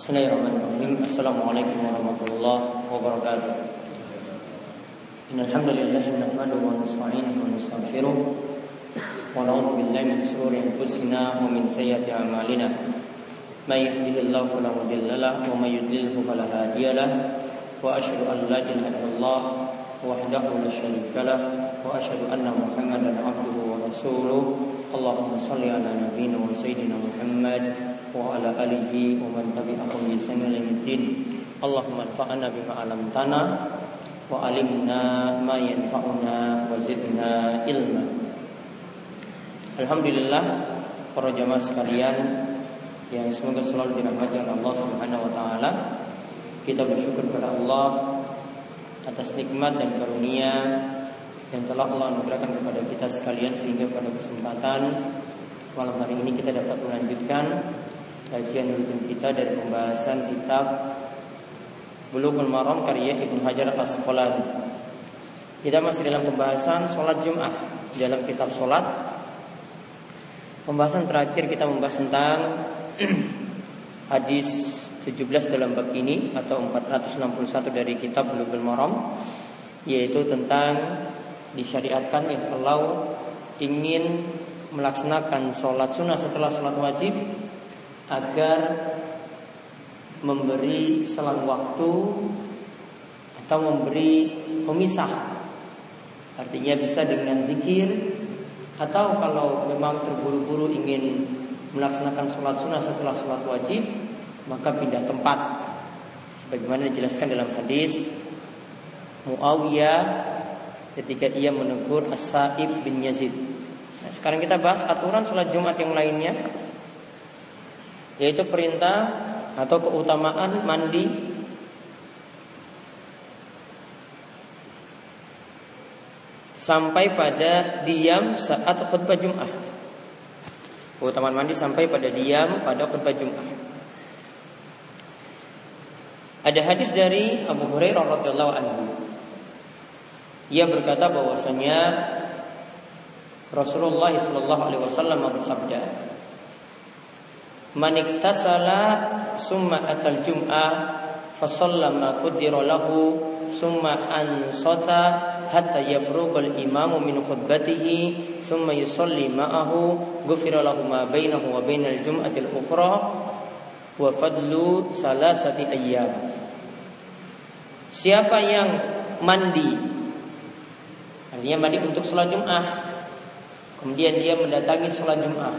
Bismillahirrahmanirrahim. Assalamualaikum warahmatullahi wabarakatuh. Innal hamdalillah nahmaduhu wa nasta'inuhu wa nastaghfiruh wa na'udzu billahi min shururi anfusina wa min sayyiati a'malina. May yahdihillahu fala mudilla lahu wa may yudlilhu fala hadiya lahu. Wa asyhadu an la ilaha illallah wahdahu la syarika lahu wa asyhadu anna Muhammadan 'abduhu wa rasuluh. Allahumma shalli ala nabiyyina wa sayyidina Muhammad wa ala alihi wa man tabi'ahum bi ihsan ila yaumil. Allahumma anfa'na bima 'allamtana wa 'allimna ma yanfa'una wa zidna ilma. Alhamdulillah, para jamaah sekalian yang semoga selalu dirahmati oleh Allah Subhanahu wa taala. Kita bersyukur kepada Allah atas nikmat dan karunia yang telah Allah anugerahkan kepada kita sekalian, sehingga pada kesempatan malam hari ini kita dapat melanjutkan kajian rutin kita dari pembahasan kitab Bulughul Maram karya Ibnu Hajar Al-Asqalani. Kita masih dalam pembahasan sholat Jum'ah dalam kitab sholat. Pembahasan terakhir kita membahas tentang hadis 17 dalam bab ini atau 461 dari kitab Bulughul Maram, yaitu tentang disyariatkan ya kalau ingin melaksanakan sholat sunnah setelah sholat wajib agar memberi selang waktu atau memberi pemisah. Artinya bisa dengan zikir, atau kalau memang terburu-buru ingin melaksanakan sholat sunnah setelah sholat wajib, maka pindah tempat, sebagaimana dijelaskan dalam hadis Muawiyah ketika ia menegur As-Sa'ib bin Yazid. Nah, sekarang kita bahas aturan sholat Jumat yang lainnya, yaitu perintah atau keutamaan mandi sampai pada diam saat khutbah Jum'ah. Keutamaan mandi sampai pada diam pada khutbah Jum'ah. Ada hadis dari Abu Hurairah radhiyallahu anhu. Ia berkata bahwasanya Rasulullah sallallahu alaihi wasallam bersabda, "Man iktasala summa atal jum'ah fa shallama qaddara lahu summa ansata hatta yafruqal imamu min khutbatihi summa yusalli ma'ahu ghufira lahu ma bainahu wa bainal jum'atil ukhra wa fadlu salasati ayyam." Siapa yang mandi, artinya mandi untuk sholat Jum'ah, kemudian dia mendatangi sholat Jum'ah,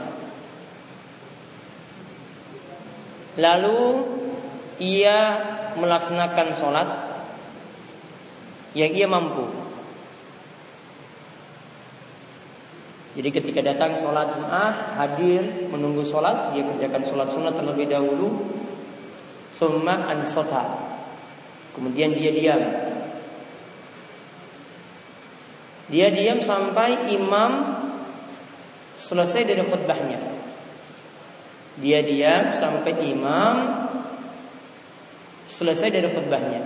lalu ia melaksanakan sholat yang ia mampu. Jadi ketika datang sholat Jum'ah, hadir menunggu sholat, dia kerjakan sholat sunnah terlebih dahulu. Summa ansota, kemudian dia diam. Dia diam sampai imam selesai dari khutbahnya. Dia diam sampai imam selesai dari khutbahnya.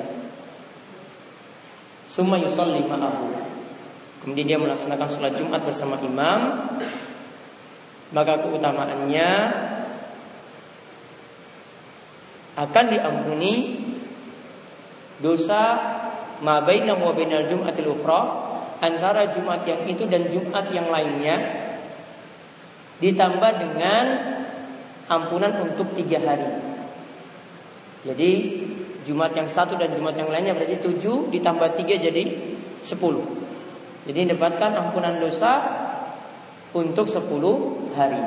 Summa yusalli ma'ahu, kemudian dia melaksanakan sholat Jumat bersama imam. Maka keutamaannya akan diampuni dosa ma bainahu wa bainal jum'atil ukhra, antara Jumat yang itu dan Jumat yang lainnya, ditambah dengan ampunan untuk 3 hari. Jadi Jumat yang satu dan Jumat yang lainnya berarti 7 ditambah 3 jadi 10. Jadi mendapatkan ampunan dosa untuk 10 hari.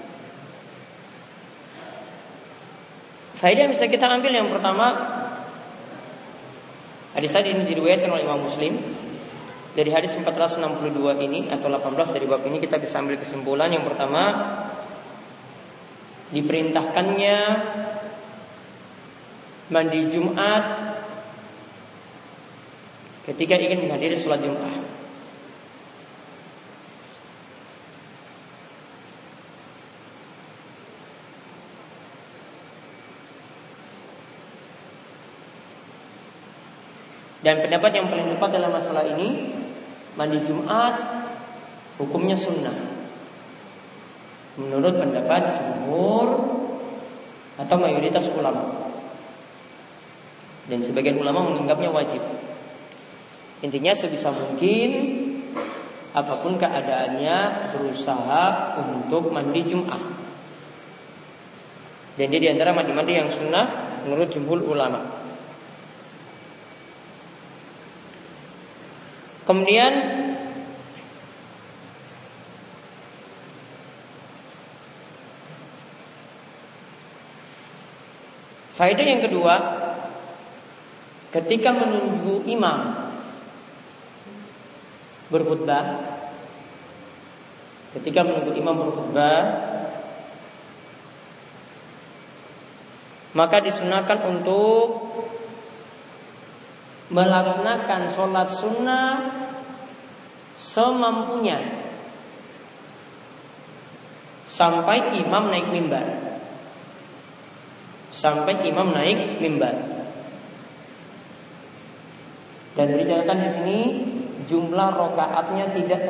Faedah yang bisa kita ambil yang pertama, hadis tadi ini diriwayatkan oleh Imam Muslim. Dari hadis 462 ini atau 18 dari bab ini kita bisa ambil kesimpulan yang pertama, diperintahkannya mandi Jumat ketika ingin menghadiri sholat Jum'ah. Dan pendapat yang paling tepat dalam masalah ini, mandi Jumat hukumnya sunnah menurut pendapat jumhur atau mayoritas ulama. Dan sebagian ulama menganggapnya wajib. Intinya sebisa mungkin apapun keadaannya berusaha untuk mandi Jum'ah. Dan dia diantara mandi-mandi yang sunnah menurut jumhur ulama. Kemudian faedah yang kedua, ketika menunggu imam berkhutbah, maka disunahkan untuk melaksanakan sholat sunnah semampunya sampai imam naik mimbar. Dan dinyatakan di sini jumlah rakaatnya tidak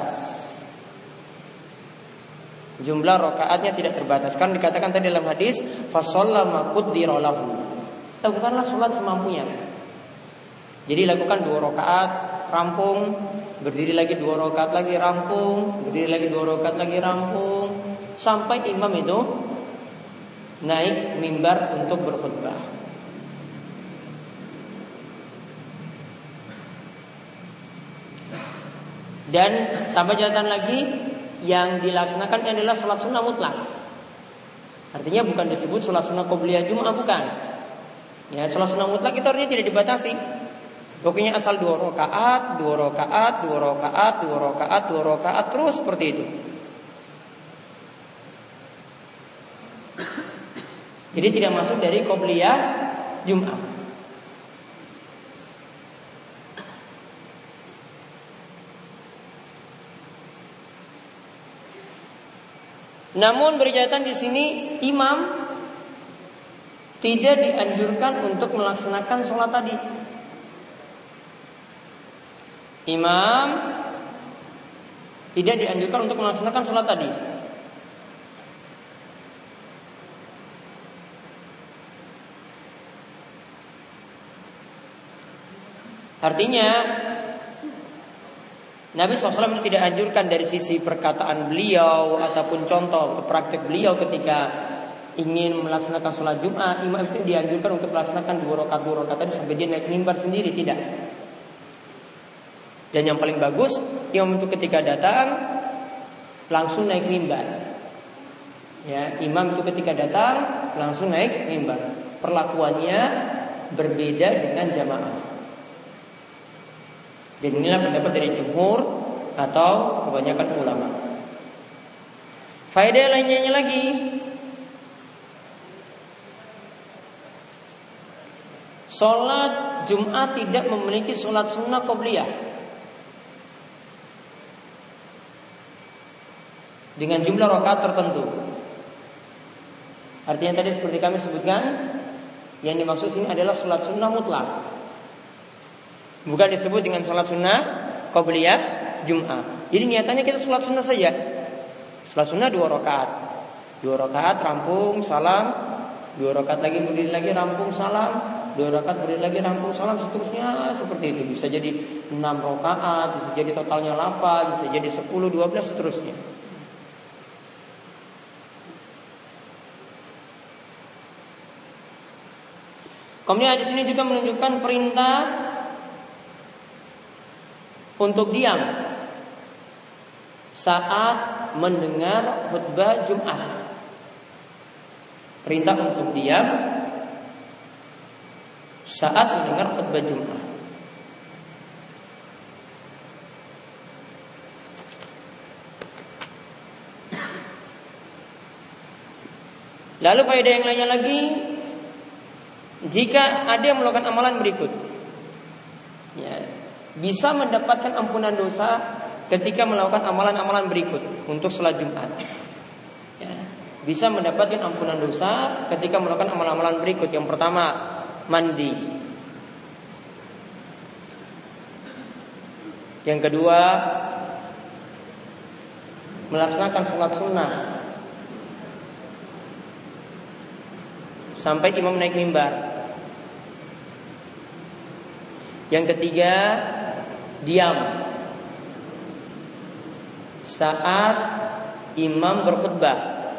terbatas. Kan dikatakan tadi dalam hadis, fasalla ma qaddira lahu. Lakukanlah sholat semampunya. Jadi lakukan 2 rakaat, rampung, berdiri lagi 2 rakaat lagi, rampung, berdiri lagi 2 rakaat lagi, rampung, sampai imam itu naik mimbar untuk berkhutbah. Dan tambah catatan lagi, yang dilaksanakan adalah sholat sunnah mutlak. Artinya bukan disebut sholat sunnah qobliyah Jum'ah, bukan. Ya, sholat sunnah mutlak itu artinya tidak dibatasi. Pokoknya asal 2 rakaat, 2 rakaat, 2 rakaat, 2 rakaat, 2 rakaat, terus seperti itu. Jadi tidak masuk dari qobliyah Jum'ah. Namun berkaitan di sini imam tidak dianjurkan untuk melaksanakan sholat tadi. Imam tidak dianjurkan untuk melaksanakan sholat tadi. Artinya Nabi SAW tidak anjurkan dari sisi perkataan beliau ataupun contoh praktek beliau ketika ingin melaksanakan sholat Jum'ah. Imam itu dianjurkan untuk melaksanakan 2 rakaat tadi sampai dia naik mimbar sendiri, tidak. Dan yang paling bagus, imam itu ketika datang langsung naik mimbar. Ya, imam itu ketika datang langsung naik mimbar. Perlakuannya berbeda dengan jamaah. Dan inilah pendapat dari jumhur atau kebanyakan ulama. Faedah lainnya lagi, sholat Jum'ah tidak memiliki sholat sunnah qobliyah dengan jumlah rakaat tertentu. Artinya tadi seperti kami sebutkan, yang dimaksud sini adalah sholat sunnah mutlak. Bukan disebut dengan sholat sunnah qobliyah Jum'ah. Jadi niatannya kita sholat sunnah saja. Sholat sunnah 2 rakaat. 2 rakaat rampung, salam. 2 rakaat lagi berdiri lagi, rampung, salam. 2 rakaat berdiri lagi, rampung, salam. Seterusnya seperti itu. Bisa jadi 6 rakaat, bisa jadi totalnya 8, bisa jadi 10, 12, seterusnya. Kemudian di sini juga menunjukkan perintah untuk diam saat mendengar khutbah Jum'ah. Perintah untuk diam saat mendengar khutbah Jum'ah. Lalu faedah yang lainnya lagi, jika ada yang melakukan amalan berikut, ya, bisa mendapatkan ampunan dosa ketika melakukan amalan-amalan berikut untuk sholat Jumat. Ya, bisa mendapatkan ampunan dosa ketika melakukan amalan-amalan berikut. Yang pertama, mandi. Yang kedua, melaksanakan sholat sunnah sampai imam naik mimbar. Yang ketiga, diam saat imam berkhutbah.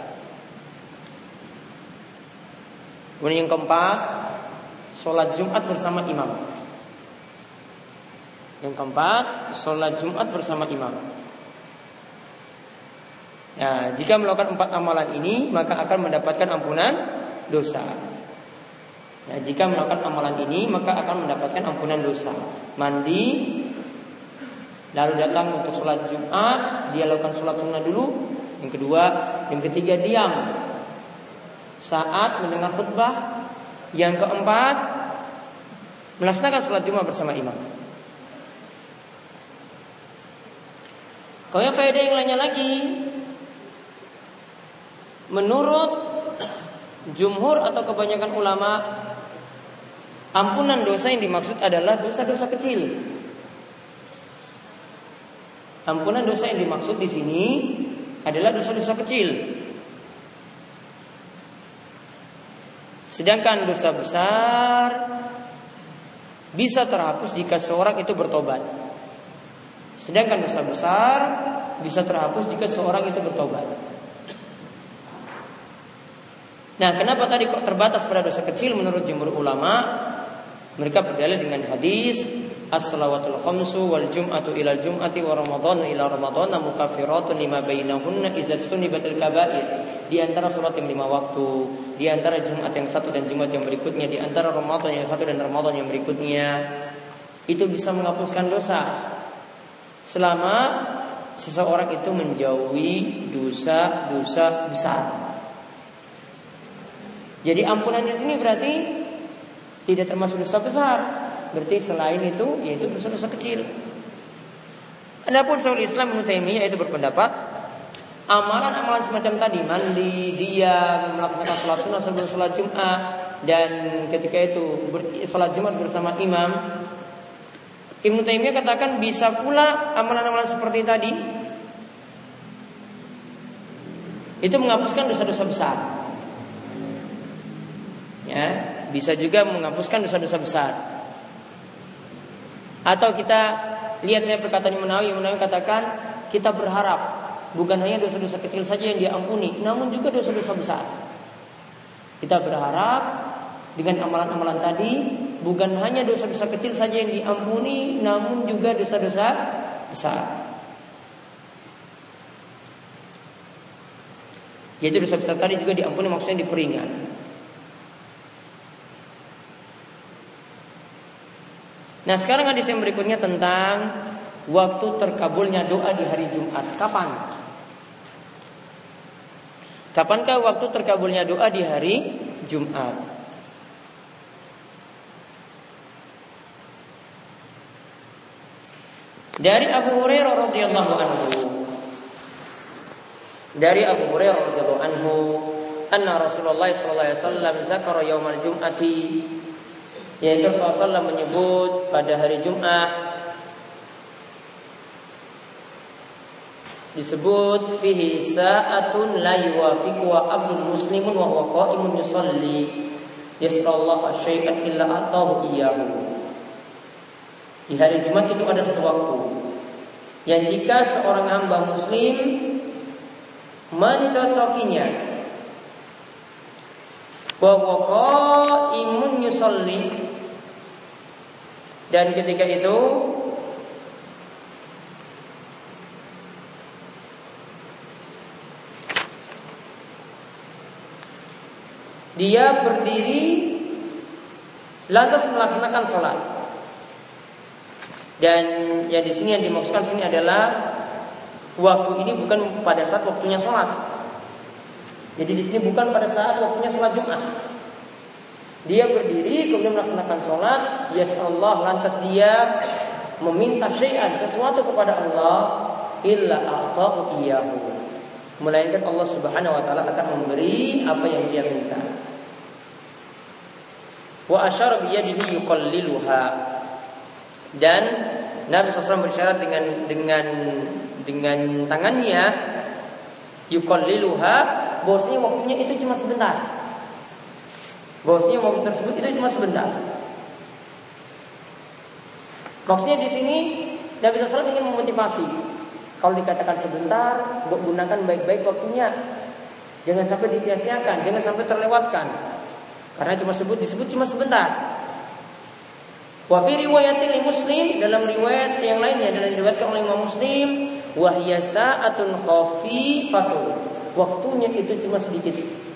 Kemudian yang keempat, sholat Jumat bersama imam. Yang keempat, sholat Jumat bersama imam. Nah, jika melakukan 4 amalan ini, maka akan mendapatkan ampunan dosa. Nah, jika melakukan amalan ini, maka akan mendapatkan ampunan dosa. Mandi, lalu datang untuk sholat Jumat, dia lakukan sholat sunnah dulu. Yang kedua, yang ketiga diam saat mendengar khutbah. Yang keempat, melaksanakan sholat Jumat bersama imam. Kalau yang faedah yang lainnya lagi, menurut jumhur atau kebanyakan ulama, ampunan dosa yang dimaksud adalah dosa-dosa kecil. Ampunan dosa yang dimaksud di sini adalah dosa-dosa kecil. Sedangkan dosa besar bisa terhapus jika seorang itu bertobat. Sedangkan dosa besar bisa terhapus jika seorang itu bertobat. Nah, kenapa tadi kok terbatas pada dosa kecil menurut jumhur ulama? Mereka berdalil dengan hadis as-salawatul khamsu wal jum'atu ilal jum'ati wa ramadhanu ila ramadhana mukaffiratun lima bainahunna idza istunibatil kaba'ir. Di antara salat yang 5 waktu, di antara Jumat yang satu dan Jumat yang berikutnya, di antara Ramadan yang satu dan Ramadan yang berikutnya, itu bisa menghapuskan dosa selama seseorang itu menjauhi dosa-dosa besar. Jadi ampunan di sini berarti tidak termasuk dosa besar. Berarti selain itu yaitu dosa-dosa kecil. Adapun Syekhul Islam Ibnu Taimiyah itu berpendapat amalan-amalan semacam tadi, mandi, diam, melaksanakan sholat sunnah sebelum sholat Jumat, dan ketika itu sholat Jumat bersama imam, Ibnu Taimiyah katakan bisa pula amalan-amalan seperti tadi itu menghapuskan dosa-dosa besar. Ya, bisa juga menghapuskan dosa-dosa besar. Atau kita lihat saya perkataan Imam Nawawi katakan kita berharap bukan hanya dosa-dosa kecil saja yang diampuni, namun juga dosa-dosa besar. Kita berharap dengan amalan-amalan tadi bukan hanya dosa-dosa kecil saja yang diampuni, namun juga dosa-dosa besar. Yaitu dosa besar tadi juga diampuni, maksudnya diperingan. Nah, sekarang hadis yang berikutnya tentang waktu terkabulnya doa di hari Jumat. Kapankah waktu terkabulnya doa di hari Jumat? Dari Abu Hurairah radhiyallahu anhu, anna Rasulullah sallallahu alaihi wasallam zakara yaumal jum'ati, yaitu Rasulullah menyebut pada hari Jumat disebut fihi sa'atun la yuwafiqu wa abdul muslimun wa huwa qa'imun yusalli yas'alullah syai'an illa atahu iyyahu. Di hari Jumat itu ada satu waktu yang jika seorang hamba muslim mencocokinya bahwa qa'imun yusalli, dan ketika itu dia berdiri lantas melaksanakan sholat. Dan yang di sini yang dimaksudkan sini adalah waktu ini bukan pada saat waktunya sholat. Jadi di sini bukan pada saat waktunya sholat Jumat. Dia berdiri kemudian melaksanakan sholat, yas'allah, lantas dia meminta syai'an, sesuatu kepada Allah, illa a'tahu iyyahu, melainkan Allah Subhanahu wa taala akan memberi apa yang dia minta. Wa asyara bi yadihi yuqalliluha, dan Nabi SAW bersyarat dengan tangannya yuqalliluha, bahwasanya waktunya itu cuma sebentar. Bahwasanya waktu tersebut itu cuma sebentar. Maksudnya di sini Nabi SAW ingin memotivasi. Kalau dikatakan sebentar, gunakan baik-baik waktunya. Jangan sampai disia-siakan, jangan sampai terlewatkan. Karena disebut cuma sebentar. Wa fi riwayatil Muslim, dalam riwayat yang lainnya, dalam diriwayatkan oleh Imam Muslim, wa hiya sa'atun khafifatun. Waktunya itu cuma sedikit.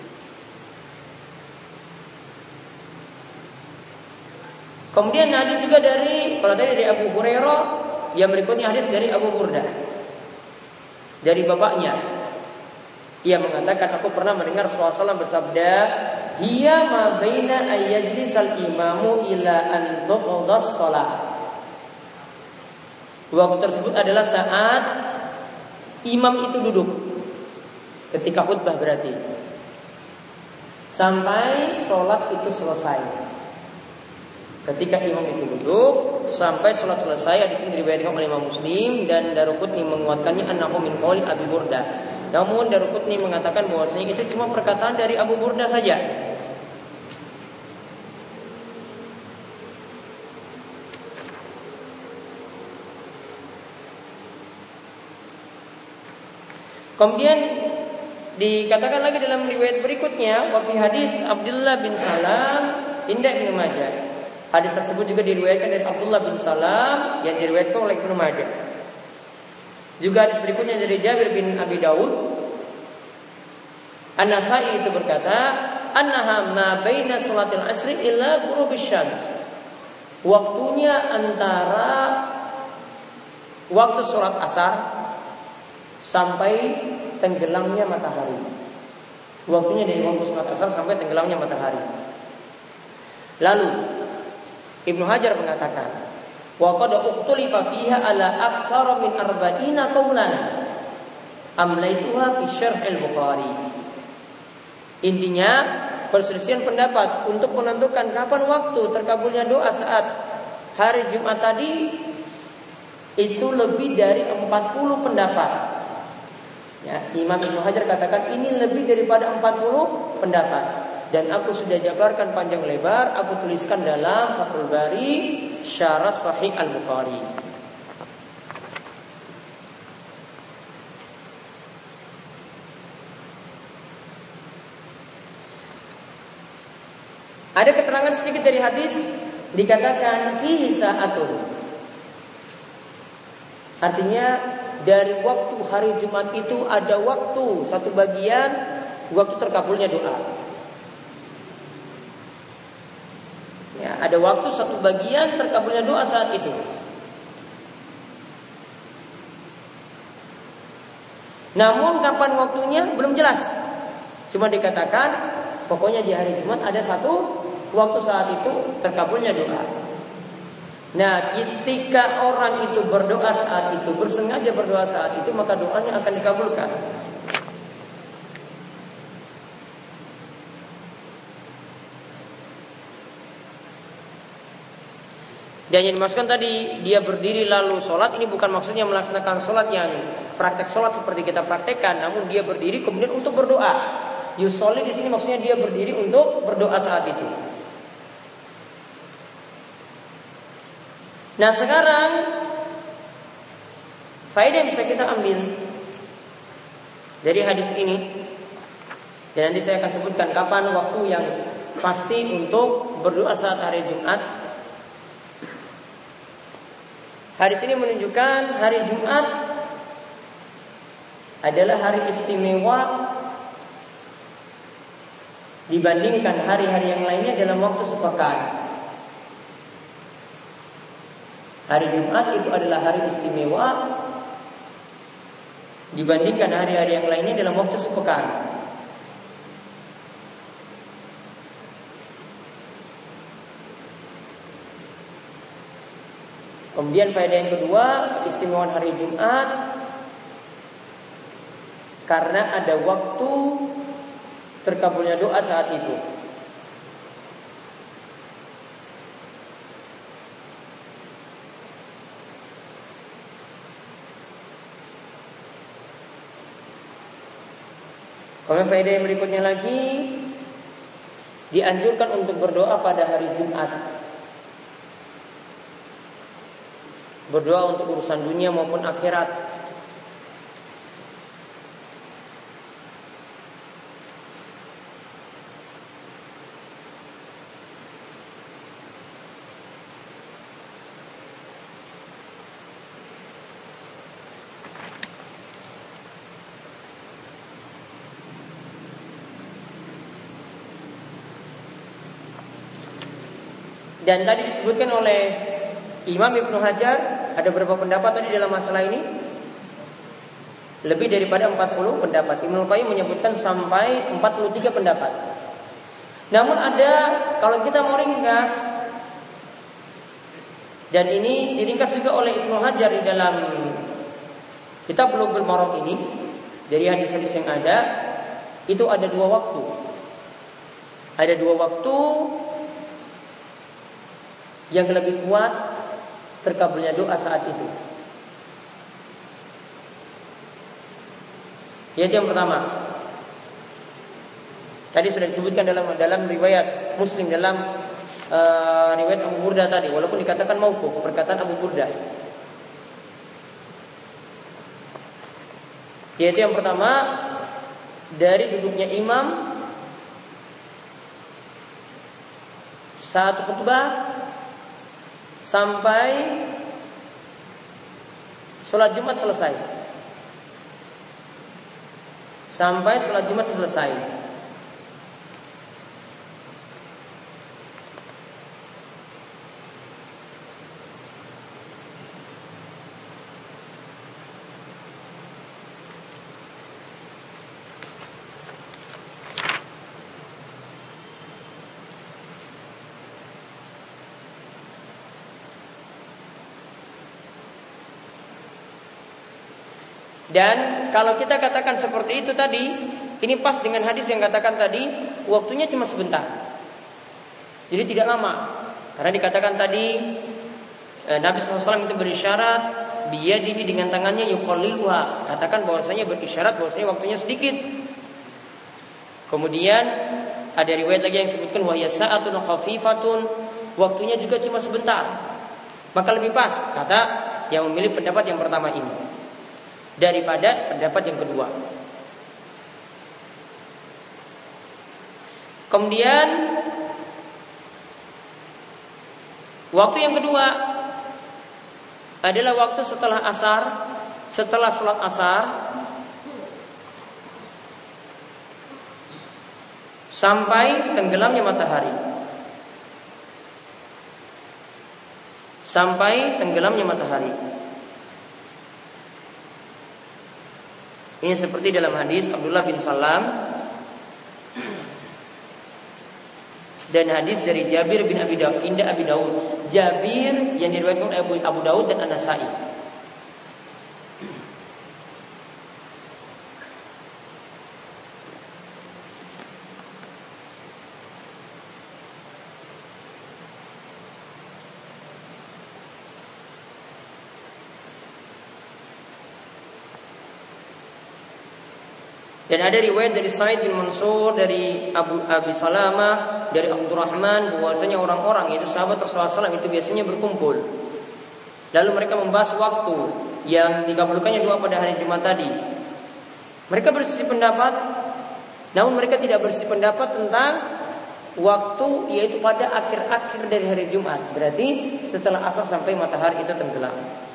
Kemudian hadis juga kalau tadi dari Abu Hurairah, yang berikutnya hadis dari Abu Burdah, dari bapaknya. Ia mengatakan, aku pernah mendengar Rasulullah SAW bersabda, hiya ma baina ayyajlisal imamu ila an tuqdas shalah. Waktu tersebut adalah saat imam itu duduk, ketika khutbah berarti, sampai sholat itu selesai. Ketika imam itu duduk sampai sholat selesai. Di sini diriwayatkan oleh Imam Muslim dan Daruqutni menguatkannya annahu min qauli Abi Burdah. Namun Daruqutni mengatakan bahwasanya itu cuma perkataan dari Abu Burdah saja. Kemudian dikatakan lagi dalam riwayat berikutnya, wa fi hadis Abdullah bin Salam inda Ibnu Majah. Hadis tersebut juga diriwayatkan dari Abdullah bin Salam yang diriwayatkan oleh Ibnu Majah. Juga hadis berikutnya dari Jabir bin Abi Daud. An-Nasai itu berkata, annaha ma baina salatil asri illa ghurubisy syams. Waktunya antara waktu sholat asar sampai tenggelamnya matahari. Waktunya dari waktu sholat asar sampai tenggelamnya matahari. Lalu Ibnu Hajar mengatakan, wa qad ukhtulifa fiha ala aksara min arba'ina qawlan amlaituha fi syarh al-Bukhari. Intinya perselisihan pendapat untuk menentukan kapan waktu terkabulnya doa saat hari Jumat tadi itu lebih dari 40 pendapat. Ya, Imam Ibnu Hajar katakan ini lebih daripada 40 pendapat. Dan aku sudah jabarkan panjang lebar, aku tuliskan dalam Fathul Bari Syarah Sahih Al-Bukhari. Ada keterangan sedikit dari hadis, dikatakan fihi sa'atun. Artinya dari waktu hari Jumat itu ada waktu, satu bagian waktu terkabulnya doa. Ya, ada waktu satu bagian terkabulnya doa saat itu. Namun kapan waktunya belum jelas. Cuma dikatakan pokoknya di hari Jumat ada satu waktu saat itu terkabulnya doa. Nah, ketika orang itu berdoa saat itu, bersengaja berdoa saat itu, maka doanya akan dikabulkan. Dan yang dimaksudkan tadi dia berdiri lalu sholat, ini bukan maksudnya melaksanakan sholat yang praktek sholat seperti kita praktekkan, namun dia berdiri kemudian untuk berdoa. Yusolli di sini maksudnya dia berdiri untuk berdoa saat itu. Nah sekarang faedah yang bisa kita ambil dari hadis ini, dan nanti saya akan sebutkan kapan waktu yang pasti untuk berdoa saat hari Jumat. Hadis ini menunjukkan hari Jumat adalah hari istimewa dibandingkan hari-hari yang lainnya dalam waktu sepekan. Hari Jumat itu adalah hari istimewa dibandingkan hari-hari yang lainnya dalam waktu sepekan. Kemudian faedah yang kedua, keistimewaan hari Jumat karena ada waktu terkabulnya doa saat itu. Kemudian faedah yang berikutnya lagi, dianjurkan untuk berdoa pada hari Jumat. berdoa untuk urusan dunia maupun akhirat. Dan tadi disebutkan oleh Imam Ibnu Hajar, ada beberapa pendapat tadi dalam masalah ini. Lebih daripada 40 pendapat. Ibnu Qayyim menyebutkan sampai 43 pendapat. Namun ada, kalau kita mau ringkas, dan ini diringkas juga oleh Ibnu Hajar di dalam kitab Bulughul Maram ini, dari hadis-hadis yang ada, itu ada 2 waktu. Ada 2 waktu yang lebih kuat terkabulnya doa saat itu. Yaitu yang pertama, tadi sudah disebutkan dalam riwayat Muslim, dalam riwayat Abu Burda tadi, walaupun dikatakan mauquf, perkataan Abu Burda. Yaitu yang pertama, dari duduknya imam saat khutbah sampai sholat Jumat selesai. Sampai sholat Jumat selesai. Dan kalau kita katakan seperti itu tadi, ini pas dengan hadis yang katakan tadi, waktunya cuma sebentar. Jadi tidak lama. Karena dikatakan tadi Nabi SAW itu berisyarat biyadihi, dengan tangannya yuqalliluha, katakan bahwasanya berisyarat bahwasanya waktunya sedikit. Kemudian ada riwayat lagi yang disebutkan wahya sa'atun khafifatun, waktunya juga cuma sebentar. Maka lebih pas kata yang memilih pendapat yang pertama ini daripada pendapat yang kedua. Kemudian waktu yang kedua adalah waktu setelah asar, setelah sholat asar sampai tenggelamnya matahari. Sampai tenggelamnya matahari. Ini seperti dalam hadis Abdullah bin Salam dan hadis dari Jabir bin Abi Daud, Indah Abi Daud. Jabir yang diriwayatkan oleh Abu Daud dan An-Nasa'i. Dan ada riwayat dari Sa'id bin Mansur, dari Abi Salamah, dari Abdurrahman, bahwasanya orang-orang, yaitu sahabat Rasulullah SAW, itu biasanya berkumpul. Lalu mereka membahas waktu yang dikabulkannya doa pada hari Jumat tadi. Mereka berselisih pendapat, namun mereka tidak berselisih pendapat tentang waktu, yaitu pada akhir-akhir dari hari Jumat. Berarti setelah asar sampai matahari itu tenggelam.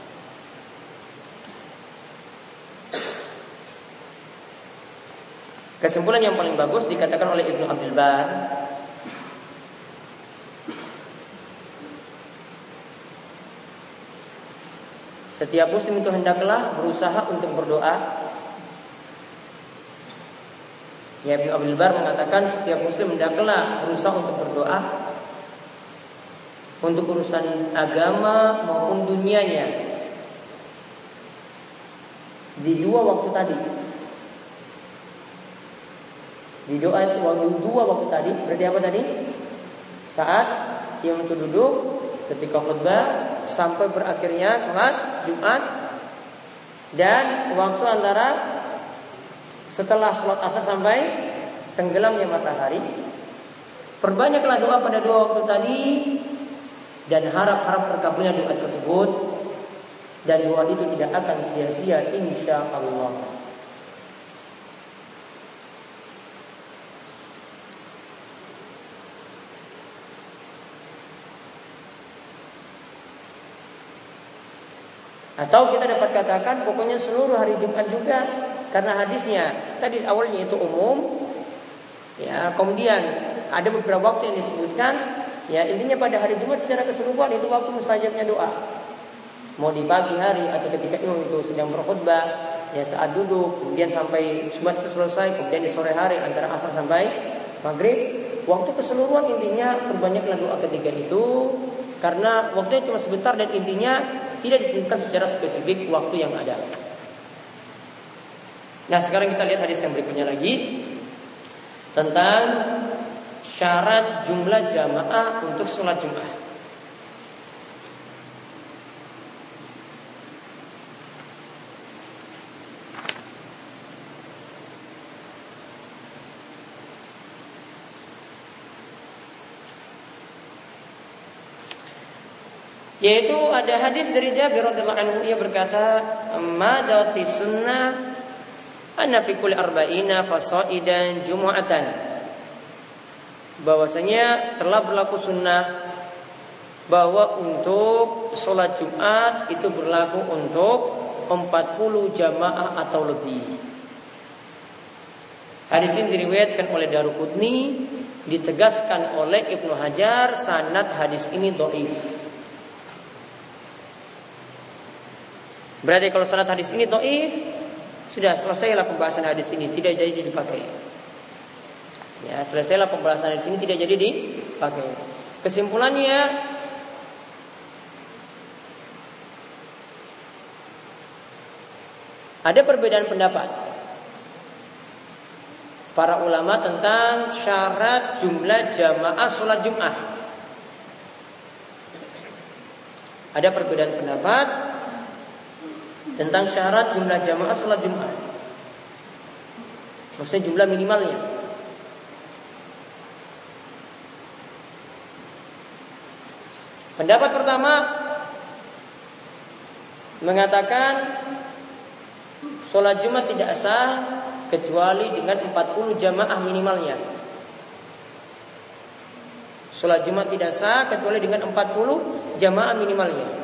Kesimpulan yang paling bagus dikatakan oleh Ibnu Abdul Bar, setiap muslim itu hendaklah berusaha untuk berdoa. Ya, Ibnu Abdul Bar mengatakan setiap muslim hendaklah berusaha untuk berdoa untuk urusan agama maupun dunianya di 2 waktu tadi. Di doa itu dua waktu tadi, berarti apa tadi? Saat yang untuk duduk ketika khutbah sampai berakhirnya sholat Jumat, dan waktu antara setelah sholat asar sampai tenggelamnya matahari. Perbanyaklah doa pada 2 waktu tadi, dan harap-harap terkabulnya doa tersebut. dan doa itu tidak akan sia-sia insya Allah. Atau kita dapat katakan pokoknya seluruh hari Jumat juga, karena hadisnya tadi awalnya itu umum, ya kemudian ada beberapa waktu yang disebutkan, ya intinya pada hari Jumat secara keseluruhan itu waktu mustajabnya doa. Mau di pagi hari atau ketika imam itu sedang berkhutbah, ya saat duduk, kemudian sampai Jumat itu selesai, kemudian di sore hari antara asar sampai maghrib, waktu keseluruhan intinya perbanyaklah doa ketika itu, karena waktunya cuma sebentar dan intinya tidak ditentukan secara spesifik waktu yang ada. Nah sekarang kita lihat hadis yang berikutnya lagi tentang syarat jumlah jamaah untuk sholat Jumat. Yaitu ada hadis dari Jabir radhiyallahu anhu, ia berkata, "Madati sunnah anna fi kulli arba'ina fasaidan jumu'atan." Bahwasanya telah berlaku sunnah bahwa untuk sholat Jumat itu berlaku untuk 40 jamaah atau lebih. Hadis ini diriwayatkan oleh Daruqutni, ditegaskan oleh Ibnu Hajar sanad hadis ini dhaif. Berarti kalau sanad hadis ini dhaif, sudah selesailah pembahasan hadis ini, tidak jadi dipakai. Ya, selesailah pembahasan hadis ini, tidak jadi dipakai. Kesimpulannya, ada perbedaan pendapat para ulama tentang syarat jumlah jamaah sholat Jumat. Ada perbedaan pendapat tentang syarat jumlah jamaah sholat Jumat, maksudnya jumlah minimalnya. Pendapat pertama mengatakan sholat Jumat tidak sah kecuali dengan 40 jamaah minimalnya. Sholat Jumat tidak sah kecuali dengan 40 jamaah minimalnya.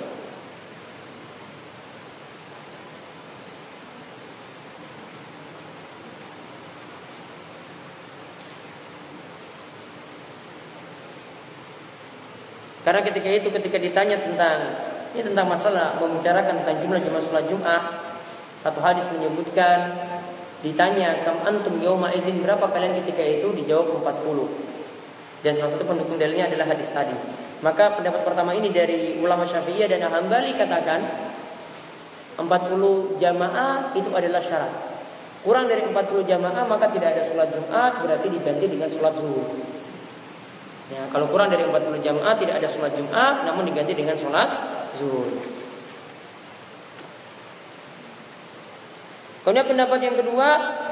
Karena ketika ditanya tentang masalah membicarakan tentang jumlah jamaah sholat Jumat, satu hadis menyebutkan, ditanya kam antum yauma izin, berapa kalian ketika itu, dijawab 40. Dan salah satu pendukung dalilnya adalah hadis tadi. Maka pendapat pertama ini dari ulama Syafi'iyah dan Hambali katakan 40 jamaah itu adalah syarat. Kurang dari 40 jamaah maka tidak ada sholat Jumat, berarti diganti dengan sholat zuhur. Ya, kalau kurang dari 40 jamaah tidak ada sholat Jumat, namun diganti dengan sholat zuhur. Kemudian pendapat yang kedua,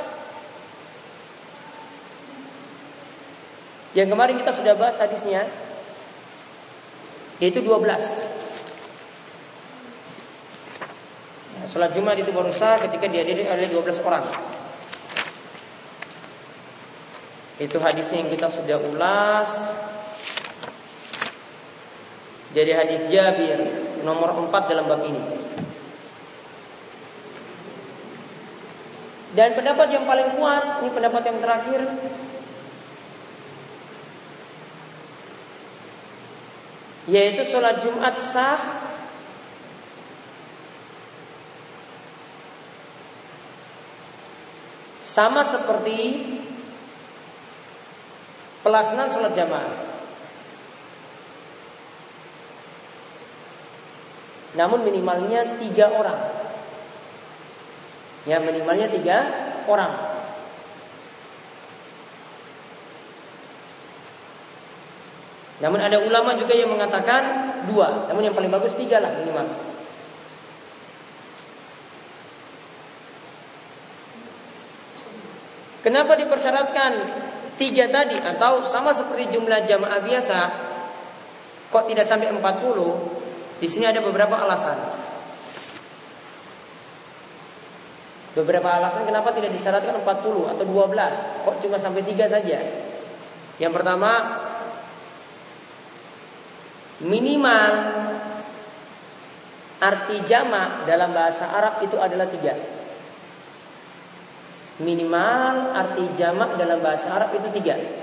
yang kemarin kita sudah bahas hadisnya, yaitu 12. Ya, sholat Jumat itu baru sah ketika dihadiri oleh 12 orang. Itu hadisnya yang kita sudah ulas. Jadi hadis Jabir nomor 4 dalam bab ini. Dan pendapat yang paling kuat, ini pendapat yang terakhir, yaitu sholat Jumat sah sama seperti pelaksanaan sholat jamaah. Namun minimalnya 3 orang. Ya, minimalnya 3 orang. Namun ada ulama juga yang mengatakan 2. Namun yang paling bagus 3 lah minimal. Kenapa dipersyaratkan 3 tadi, atau sama seperti jumlah jamaah biasa, kok tidak sampai 40? Di sini ada beberapa alasan. Beberapa alasan kenapa tidak disyaratkan 40 atau 12, kok cuma sampai 3 saja. Yang pertama, minimal arti jamak dalam bahasa Arab itu adalah 3. Minimal arti jamak dalam bahasa Arab itu 3.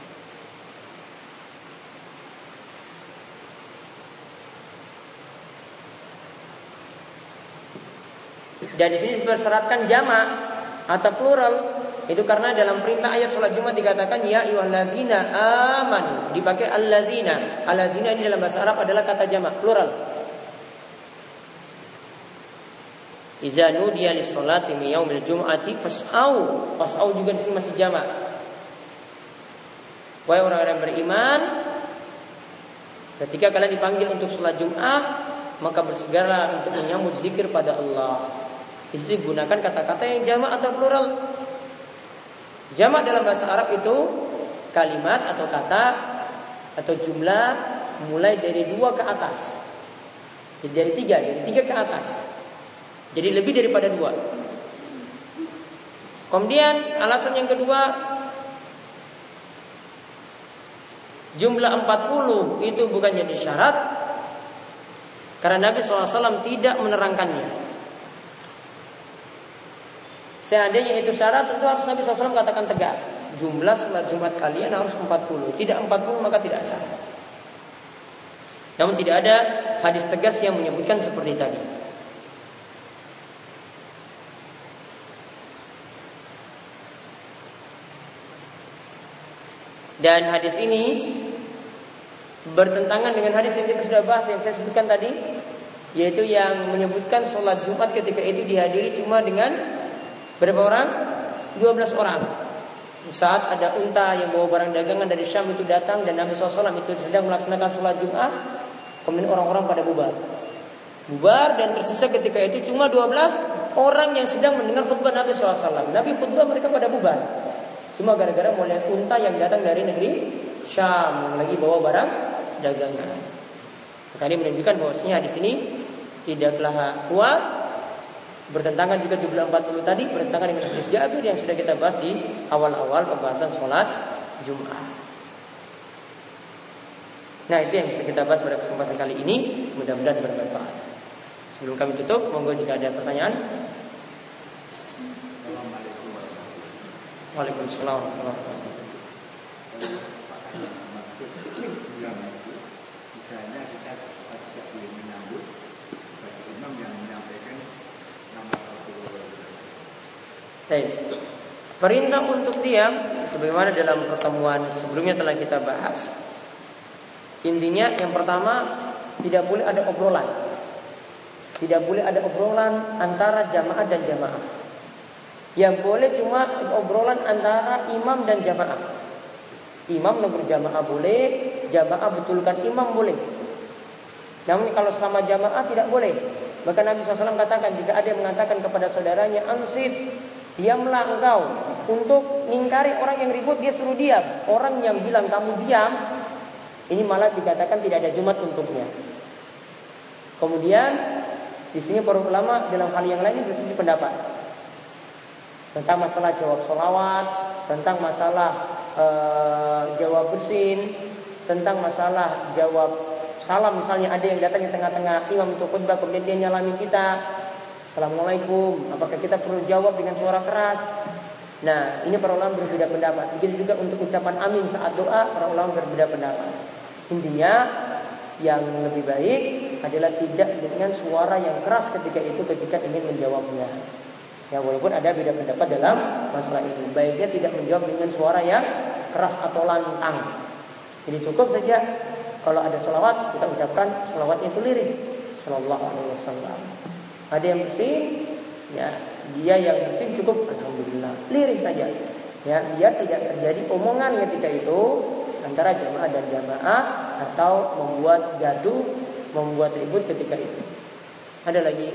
Dan di sini bersyaratkan jamak atau plural itu karena dalam perintah ayat sholat Jumat dikatakan ya ayyuhalladzina amanu, dipakai alladzina. Alladzina ini dalam bahasa Arab adalah kata jamak plural. Iza nudiya lis-sholati min yaumil jum'ati fas'au. Fas'au juga di sini masih jamak. Wahai orang-orang beriman, ketika kalian dipanggil untuk sholat Jumat, maka bersegeralah untuk menyambut zikir pada Allah. Itu digunakan kata-kata yang jamak atau plural. Jamak dalam bahasa Arab itu kalimat atau kata atau jumlah mulai dari 2 ke atas. Jadi dari 3 ke atas. Jadi lebih daripada 2. Kemudian alasan yang kedua, jumlah 40 itu bukan jadi syarat karena Nabi SAW tidak menerangkannya. Seandainya itu syarat, tentu harus Nabi SAW katakan tegas, jumlah sholat Jumat kalian harus 40. Tidak 40 maka tidak sah. Namun tidak ada hadis tegas yang menyebutkan seperti tadi. Dan hadis ini bertentangan dengan hadis yang kita sudah bahas, yang saya sebutkan tadi, yaitu yang menyebutkan sholat Jumat ketika itu dihadiri cuma dengan berapa orang? 12 orang. Saat ada unta yang bawa barang dagangan dari Syam itu datang dan Nabi SAW itu sedang melaksanakan sholat Jumat, kemudian orang-orang pada bubar dan tersisa ketika itu cuma 12 orang yang sedang mendengar khutbah Nabi SAW. Nabi khutbah, mereka pada bubar. Cuma gara-gara melihat unta yang datang dari negeri Syam yang lagi bawa barang dagangan. Maka ini menunjukkan bahwasanya di sini tidaklah kuat. Bertentangan juga jumlah 40 tadi, bertentangan dengan hadis Jabir yang sudah kita bahas di awal-awal pembahasan sholat Jumat. Nah, itu yang bisa kita bahas pada kesempatan kali ini. Mudah-mudahan bermanfaat. Sebelum kami tutup, monggo jika ada pertanyaan. Waalaikumsalam warahmatullahi wabarakatuh. Misalnya kita tidak boleh menyambut bagi imam yang menyampaikan nama Rasulullah. Baik. Perintah untuk diam sebagaimana dalam pertemuan sebelumnya telah kita bahas. Intinya yang pertama, tidak boleh ada obrolan. Tidak boleh ada obrolan antara jamaah dan jamaah. Yang boleh cuma obrolan antara imam dan jamaah. Imam negur jamaah boleh, jamaah betulkan imam boleh. Namun kalau sama jamaah tidak boleh. Maka Nabi SAW katakan, jika ada yang mengatakan kepada saudaranya, ansit, diamlah engkau. Untuk mengingkari orang yang ribut, dia suruh diam. Orang yang bilang kamu diam, ini malah dikatakan tidak ada Jumat untuknya. Kemudian di sini para ulama dalam hal yang lain berselisih pendapat tentang masalah jawab sholawat, tentang masalah jawab bersin, tentang masalah jawab salam. Misalnya ada yang datang di tengah-tengah imam untuk khutbah, kemudian dia nyalami kita, assalamualaikum, apakah kita perlu jawab dengan suara keras? Nah, ini para ulama berbeda pendapat. Begitu juga untuk ucapan amin saat doa, para ulama berbeda pendapat. Intinya yang lebih baik adalah tidak dengan suara yang keras ketika ingin menjawabnya. Ya, walaupun ada beda pendapat dalam masalah ini, baiknya tidak menjawab dengan suara yang keras atau lantang. Jadi cukup saja kalau ada sholawat kita ucapkan sholawatnya itu lirik, Sallallahu Alaihi Wasallam. Ada yang bersin, ya dia yang bersin cukup alhamdulillah, lirik saja. Ya, biar tidak terjadi omongan ketika itu antara jamaah dan jamaah atau membuat gaduh, membuat ribut ketika itu. Ada lagi?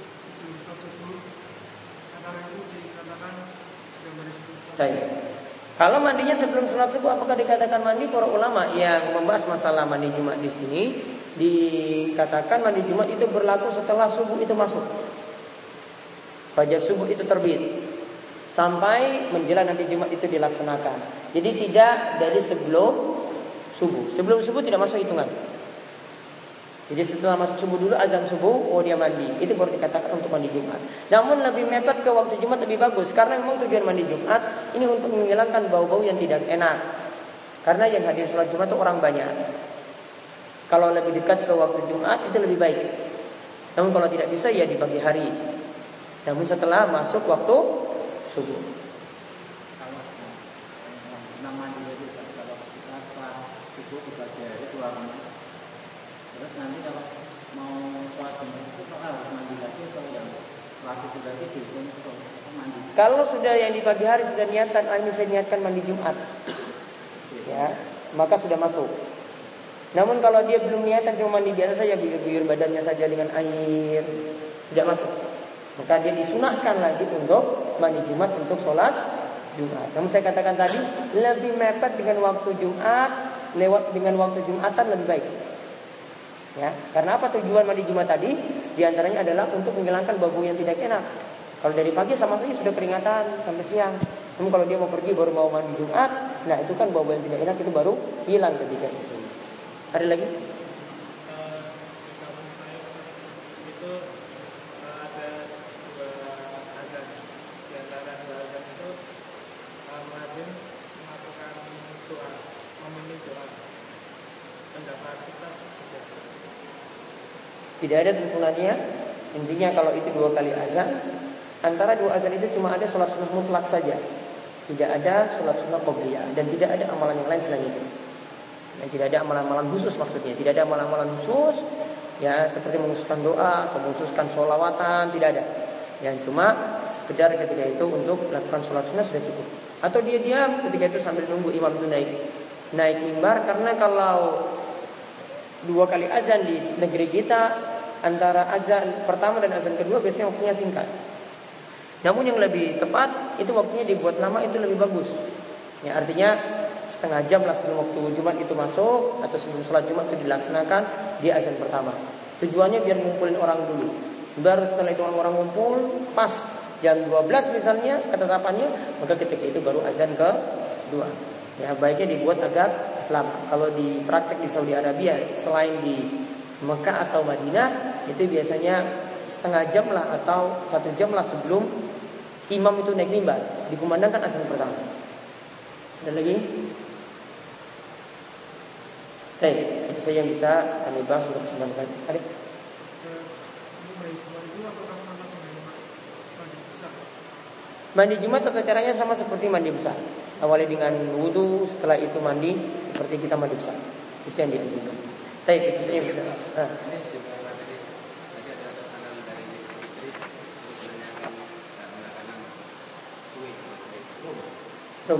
Baik. Kalau mandinya sebelum sholat subuh, apakah dikatakan mandi? Para ulama yang membahas masalah mandi Jumat di sini dikatakan mandi Jumat itu berlaku setelah subuh itu masuk, fajar subuh itu terbit, sampai menjelang nanti Jumat itu dilaksanakan. Jadi tidak dari sebelum subuh. Sebelum subuh tidak masuk hitungan. Jadi setelah masuk subuh dulu, azan subuh, oh dia mandi. Itu baru dikatakan untuk mandi Jumat. Namun lebih mepet ke waktu Jumat lebih bagus. Karena memang tujuan mandi Jumat ini untuk menghilangkan bau-bau yang tidak enak. Karena yang hadir sholat Jumat itu orang banyak. Kalau lebih dekat ke waktu Jumat itu lebih baik. Namun kalau tidak bisa ya di pagi hari. Namun setelah masuk waktu subuh. Kalau mandi itu kalau kita setelah subuh ke pagi hari keluar. Terus nanti kalau mau sholat Jumat itu harus mandi lagi atau yang setelah subuh lagi dihitung mandi. Kalau sudah yang di pagi hari sudah niatan, saya niatkan mandi Jumat, ya, maka sudah masuk. Namun kalau dia belum niatan cuma mandi biasa saja, guyur-guyur badannya saja dengan air, tidak masuk. Maka dia disunahkan lagi untuk mandi Jumat untuk sholat Jumat. Namun saya katakan tadi lebih mepet dengan waktu Jumat, lewat dengan waktu Jumatan lebih baik. Ya, karena apa tujuan mandi Jumat tadi? Di antaranya adalah untuk menghilangkan bau yang tidak enak. Kalau dari pagi sama saja sudah keringatan sampai siang. Namun kalau dia mau pergi baru mau mandi Jumat, nah itu kan bau yang tidak enak itu baru hilang ketika itu. Ada lagi? Zaman saya itu ada dua azan. Di antara dua azan itu muadzin melakukan doa, memenuhi doa. Pendapat kita tidak ada tuntunannya. Intinya kalau itu dua kali azan, antara dua azan itu cuma ada sholat sunnah mutlak saja. Tidak ada sholat sunnah qobliyah dan tidak ada amalan yang lain selain itu. Ya, tidak ada amalan-amalan khusus maksudnya. Tidak ada amalan-amalan khusus ya seperti mengkhususkan doa atau mengkhususkan sholawatan, tidak ada. Yang cuma sekedar ketika itu untuk melakukan sholat sunnah sudah cukup. Atau dia diam ketika itu sambil nunggu imam itu naik mimbar. Karena kalau dua kali azan di negeri kita, antara azan pertama dan azan kedua biasanya waktunya singkat. Namun yang lebih tepat itu waktunya dibuat lama, itu lebih bagus. Ya, artinya setengah jam lah sebelum waktu Jumat itu masuk atau sebelum sholat Jumat itu dilaksanakan di azan pertama. Tujuannya biar ngumpulin orang dulu. Baru setelah itu orang ngumpul pas jam 12 misalnya ketetapannya, maka ketika itu baru azan kedua. Ya, baiknya dibuat agak lama. Kalau di praktek di Saudi Arabia selain di Mekah atau Madinah itu biasanya setengah jam lah atau 1 jam lah sebelum imam itu naik mimbar dikumandangkan azan pertama. Ada lagi? Baik, itu saja yang bisa kami bahas untuk kesempatan kali. Ada? Mandi Jumat tata caranya sama seperti mandi besar. Awali dengan wudu, setelah itu mandi seperti kita mandi besar. Itu yang dianjurkan. Baik, itu saja yang bisa. Rum.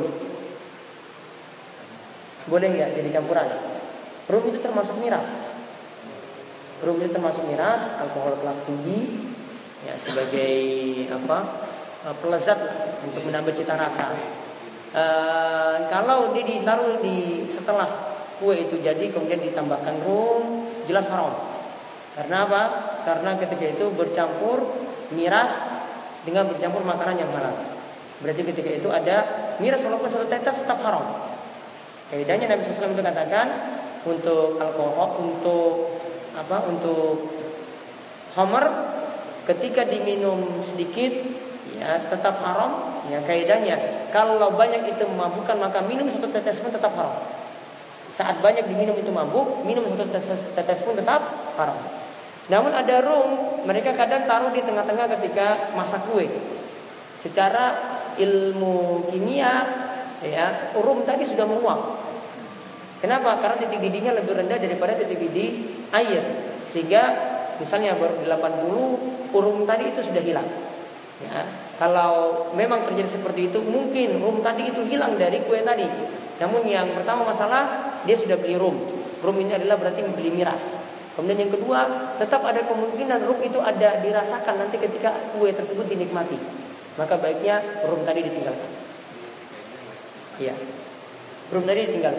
Boleh nggak jadi campuran? Rum itu termasuk miras. Rum itu termasuk miras, alkohol kelas tinggi, ya sebagai pelezat untuk menambah cita rasa. Kalau dia ditaruh di setelah kue itu jadi kemudian ditambahkan rum, jelas haram. Karena apa? Karena ketika itu bercampur miras dengan bercampur makanan yang halal. Berarti ketika itu ada miras walaupun satu tetes tetap haram. Kaidahnya Nabi SAW itu katakan untuk alkohol, untuk khamar ketika diminum sedikit ya tetap haram. Ya kaidahnya kalau banyak itu memabukkan maka minum satu tetes pun tetap haram. Saat banyak diminum itu mabuk, minum satu tetes pun tetap haram. Namun ada rum, mereka kadang taruh di tengah-tengah ketika masak kue. Secara ilmu kimia ya, rum tadi sudah menguap. Kenapa? Karena titik didihnya lebih rendah daripada titik didih air. Sehingga misalnya baru di 80, rum tadi itu sudah hilang. Ya, kalau memang terjadi seperti itu, mungkin rum tadi itu hilang dari kue tadi. Namun yang pertama masalah, dia sudah beli rum. Rum ini adalah berarti membeli miras. Kemudian yang kedua, tetap ada kemungkinan rum itu ada dirasakan nanti ketika kue tersebut dinikmati. Maka baiknya rum tadi ditinggalkan. Iya. Belum tadi ditinggal.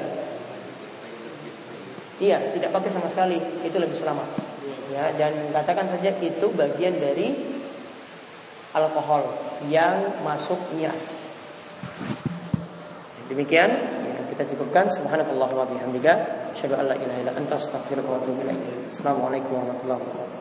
Iya, tidak pakai sama sekali, itu lebih selamat. Ya, dan katakan saja itu bagian dari alkohol yang masuk miras. Demikian, ya, kita cukupkan. Subhanakallahumma bihamdika, asyhadu an la ilaha illa anta, astaghfiruka wa atubu ilaik. Assalamualaikum warahmatullahi wabarakatuh.